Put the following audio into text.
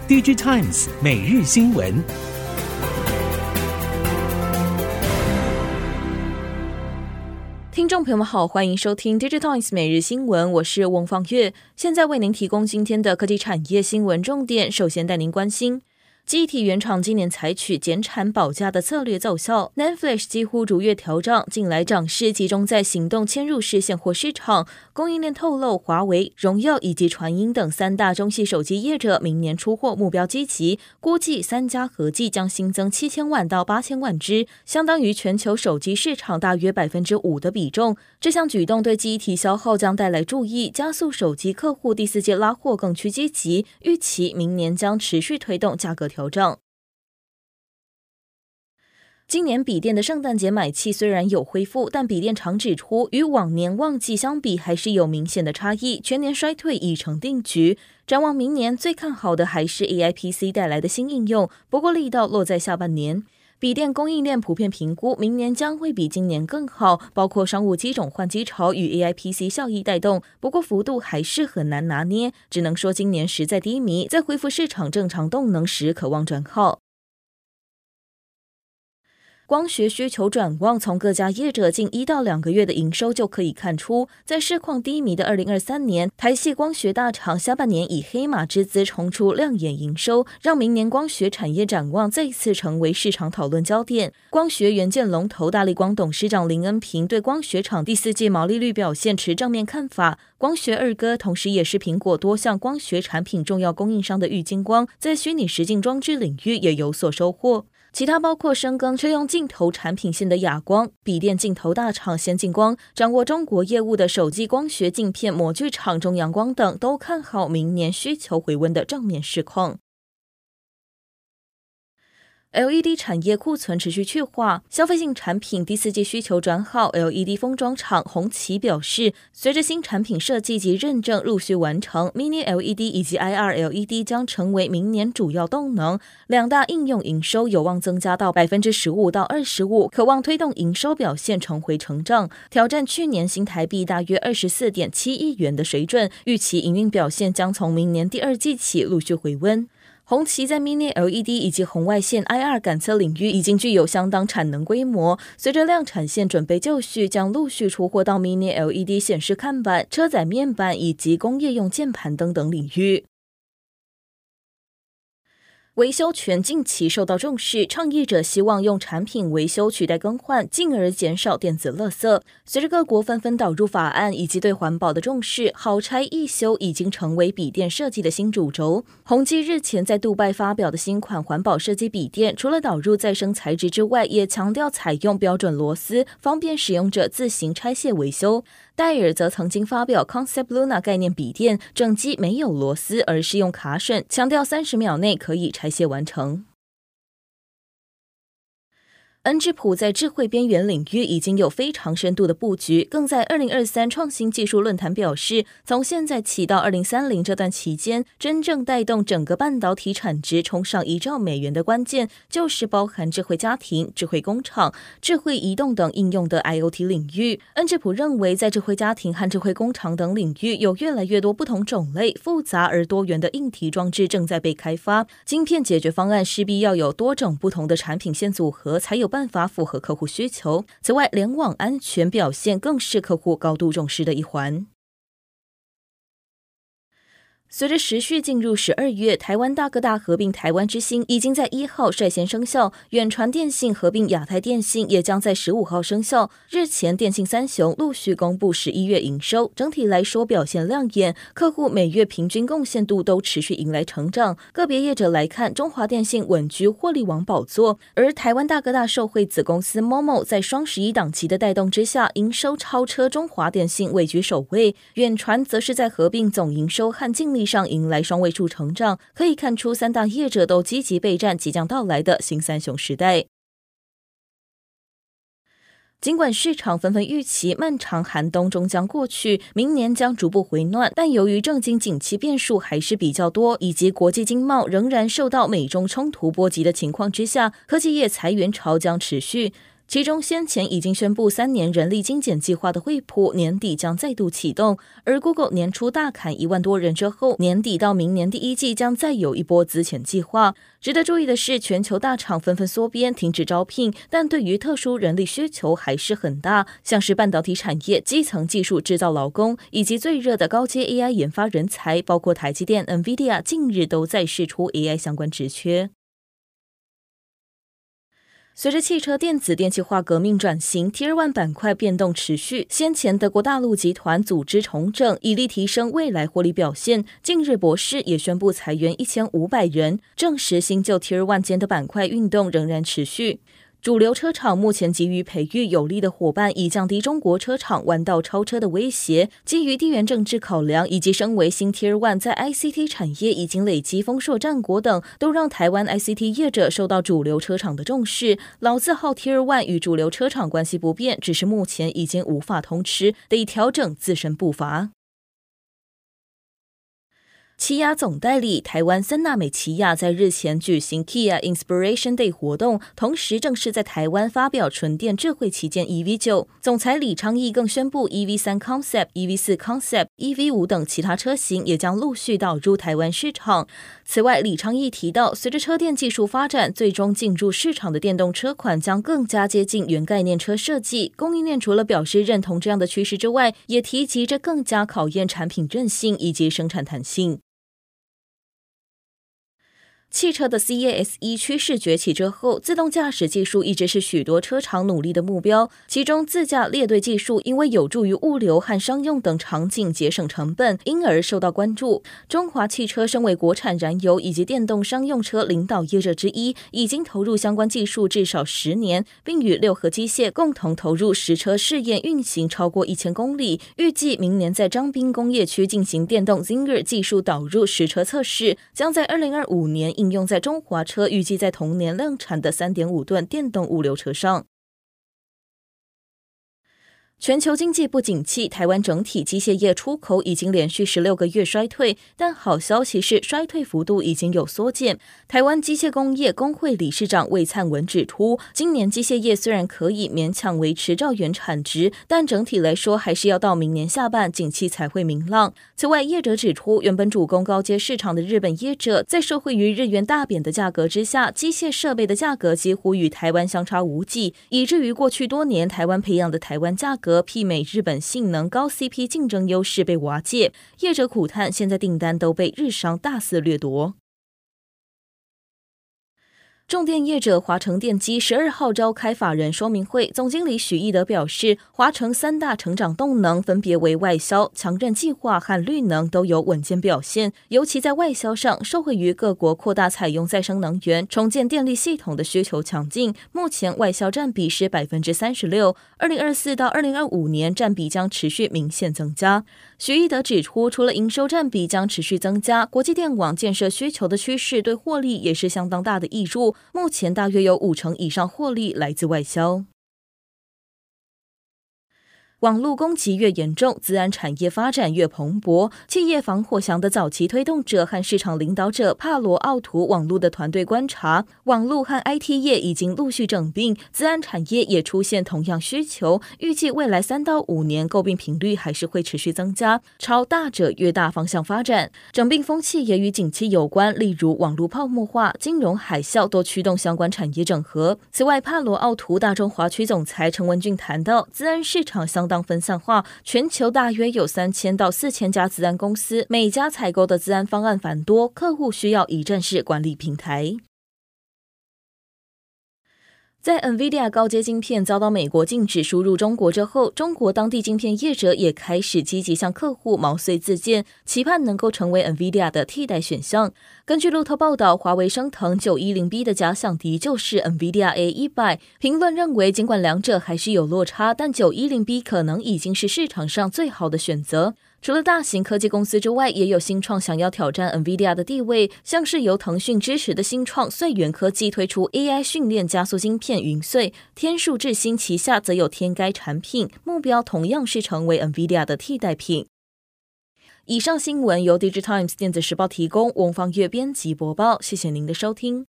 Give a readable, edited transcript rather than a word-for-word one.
DigiTimes 每日新闻。 听众朋友们好，欢迎收听 DigiTimes 每日新闻，我是翁方月，现在为您提供今天的科技产业新闻重点。首先带您关心记忆体原厂今年采取减产保价的策略奏效， NAND Flash 几乎逐月调涨，近来涨势集中在行动嵌入式现货市场。供应链透露，华为、荣耀以及传音等三大中系手机业者明年出货目标积极，估计三家合计将新增7000万到8000万只，相当于全球手机市场大约 5% 的比重。这项举动对记忆体消耗将带来注意，加速手机客户第四季拉货更趋积极，预期明年将持续推动价格调整。今年笔电的圣诞节买气虽然有恢复，但笔电厂指出，与往年旺季相比还是有明显的差异，全年衰退已成定局。展望明年，最看好的还是 AI PC 带来的新应用，不过力道落在下半年。笔电供应链普遍评估，明年将会比今年更好，包括商务机种换机潮与 AI PC 效益带动，不过幅度还是很难拿捏，只能说今年实在低迷，在恢复市场正常动能时可望转好。光学需求转旺，从各家业者近1到2个月的营收就可以看出，在市况低迷的2023年，台系光学大厂下半年以黑马之姿冲出亮眼营收，让明年光学产业展望再次成为市场讨论焦点。光学元件龙头大立光董事长林恩平对光学厂第四季毛利率表现持正面看法。光学二哥同时也是苹果多项光学产品重要供应商的玉晶光，在虚拟实境装置领域也有所收获。其他包括深耕车用镜头产品线的亚光、笔电镜头大厂先进光、掌握中国业务的手机光学镜片模具厂中阳光等，都看好明年需求回温的正面市况。LED 产业库存持续去化，消费性产品第四季需求转好。LED 封装厂宏奇表示，随着新产品设计及认证陆续完成， Mini LED 以及 IR LED 将成为明年主要动能，两大应用营收有望增加到 15% 到 25%， 可望推动营收表现重回成长，挑战去年新台币大约 24.7 亿元的水准，预期营运表现将从明年第二季起陆续回温。宏奇在 Mini LED 以及红外线 IR 感测领域已经具有相当产能规模，随着量产线准备就绪，将陆续出货到 Mini LED 显示看板、车载面板以及工业用键盘等领域。维修权近期受到重视，倡议者希望用产品维修取代更换，进而减少电子垃圾。随着各国纷纷导入法案以及对环保的重视，好拆易修已经成为笔电设计的新主轴。宏基日前在杜拜发表的新款环保设计笔电，除了导入再生材质之外，也强调采用标准螺丝，方便使用者自行拆卸维修。戴尔则曾经发表 Concept Luna 概念笔电，整机没有螺丝，而是用卡榫，强调30秒内可以拆卸完成。恩智浦在智慧边缘领域已经有非常深度的布局，更在2023创新技术论坛表示，从现在起到2030这段期间，真正带动整个半导体产值冲上1兆美元的关键，就是包含智慧家庭、智慧工厂、智慧移动等应用的 IoT 领域。恩智浦认为，在智慧家庭和智慧工厂等领域，有越来越多不同种类、复杂而多元的硬体装置正在被开发，晶片解决方案势必要有多种不同的产品线组合，才有办法符合客户需求。此外，联网安全表现更是客户高度重视的一环。随着时序进入12月，台湾大哥大合并台湾之星已经在1号率先生效，远传电信合并亚太电信也将在15号生效。日前电信三雄陆续公布11月营收，整体来说表现亮眼，客户每月平均贡献度都持续迎来成长。个别业者来看，中华电信稳居获利王宝座，而台湾大哥大受惠子公司 Momo 在双11档期的带动之下，营收超车中华电信，位居首位。远传则是在合并总营收和净利上迎来双位数成长，可以看出三大业者都积极备战即将到来的新三雄时代。尽管市场纷纷预期漫长寒冬终将过去，明年将逐步回暖，但由于政经景气变数还是比较多，以及国际经贸仍然受到美中冲突波及的情况之下，科技业裁员潮将持续。 其中先前已经宣布3年人力精简计划的惠普年底将再度启动，而 Google 年初大砍1万多人之后，年底到明年第一季将再有一波资遣计划。值得注意的是，全球大厂纷纷缩编停止招聘，但对于特殊人力需求还是很大，像是半导体产业、基层技术制造劳工，以及最热的高阶 AI 研发人才，包括台积电、NVIDIA 近日都在释出 AI 相关职缺。随着汽车电子电气化革命转型 Tier 1板块变动持续，先前德国大陆集团组织重整，以力提升未来获利表现。近日博世也宣布裁员1500人，证实新旧 Tier 1间的板块运动仍然持续。主流车厂目前急于培育有力的伙伴，以降低中国车厂弯道超车的威胁。基于地缘政治考量，以及身为新 Tier 1在 ICT 产业已经累积丰硕战果等，都让台湾 ICT 业者受到主流车厂的重视。老字号 Tier 1与主流车厂关系不变，只是目前已经无法通吃，得调整自身步伐。起亚总代理台湾森纳美起亚在日前举行 Kia Inspiration Day 活动，同时正式在台湾发表纯电智慧旗舰 EV9。总裁李昌义更宣布 EV3 Concept、EV4 Concept、EV5 等其他车型也将陆续导入台湾市场。此外，李昌义提到，随着车电技术发展，最终进入市场的电动车款将更加接近原概念车设计。供应链除了表示认同这样的趋势之外，也提及这更加考验产品韧性以及生产弹性。汽车的 CASE 趋势崛起之后，自动驾驶技术一直是许多车厂努力的目标。其中，自驾列队技术因为有助于物流和商用等场景节省成本，因而受到关注。中华汽车身为国产燃油以及电动商用车领导业者之一，已经投入相关技术至少10年，并与六合机械共同投入实车试验运行超过1000公里。预计明年在彰滨工业区进行电动 Zinger 技术导入实车测试，将在2025年应用在中华车预计在同年量产的 3.5 吨电动物流车上。全球经济不景气，台湾整体机械业出口已经连续16个月衰退，但好消息是衰退幅度已经有缩减。台湾机械工业工会理事长魏灿文指出，今年机械业虽然可以勉强维持兆元产值，但整体来说还是要到明年下半景气才会明朗。此外，业者指出，原本主攻高阶市场的日本业者，在受惠于日元大贬的价格之下，机械设备的价格几乎与台湾相差无几，以至于过去多年台湾培养的台湾价格媲美日本性能高 CP 竞争优势被瓦解，业者苦叹现在订单都被日商大肆掠夺。重电业者华城电机12号召开法人说明会，总经理许义德表示，华城3大成长动能分别为外销、强韧计划和绿能都有稳健表现，尤其在外销上，受惠于各国扩大采用再生能源、重建电力系统的需求强劲，目前外销占比是 36%，2024 到2025年占比将持续明显增加。许义德指出，除了营收占比将持续增加，国际电网建设需求的趋势对获利也是相当大的挹注，目前大约有50%以上获利来自外销。网络攻击越严重，资安产业发展越蓬勃。企业防火墙的早期推动者和市场领导者帕罗奥图网络的团队观察，网络和 IT 业已经陆续整并，资安产业也出现同样需求。预计未来3到5年购并频率还是会持续增加，朝大者越大方向发展。整并风气也与景气有关，例如网络泡沫化、金融海啸都驱动相关产业整合。此外，帕罗奥图大中华区总裁陈文俊谈到，资安市场相当分散化，全球大约有3000到4000家资安公司，每家采购的资安方案繁多，客户需要一站式管理平台。在 NVIDIA 高阶晶片遭到美国禁止输入中国之后，中国当地晶片业者也开始积极向客户毛遂自荐，期盼能够成为 NVIDIA 的替代选项。根据路透报道，华为升腾 910B 的假想敌就是 NVIDIA A100。评论认为，尽管两者还是有落差，但 910B 可能已经是市场上最好的选择。除了大型科技公司之外，也有新创想要挑战 NVIDIA 的地位，像是由腾讯支持的新创穗源科技推出 AI 训练加速晶片云穗，天数智新旗下则有天该产品，目标同样是成为 NVIDIA 的替代品。以上新闻由 Digital Times 电子时报提供，翁方月编辑播报，谢谢您的收听。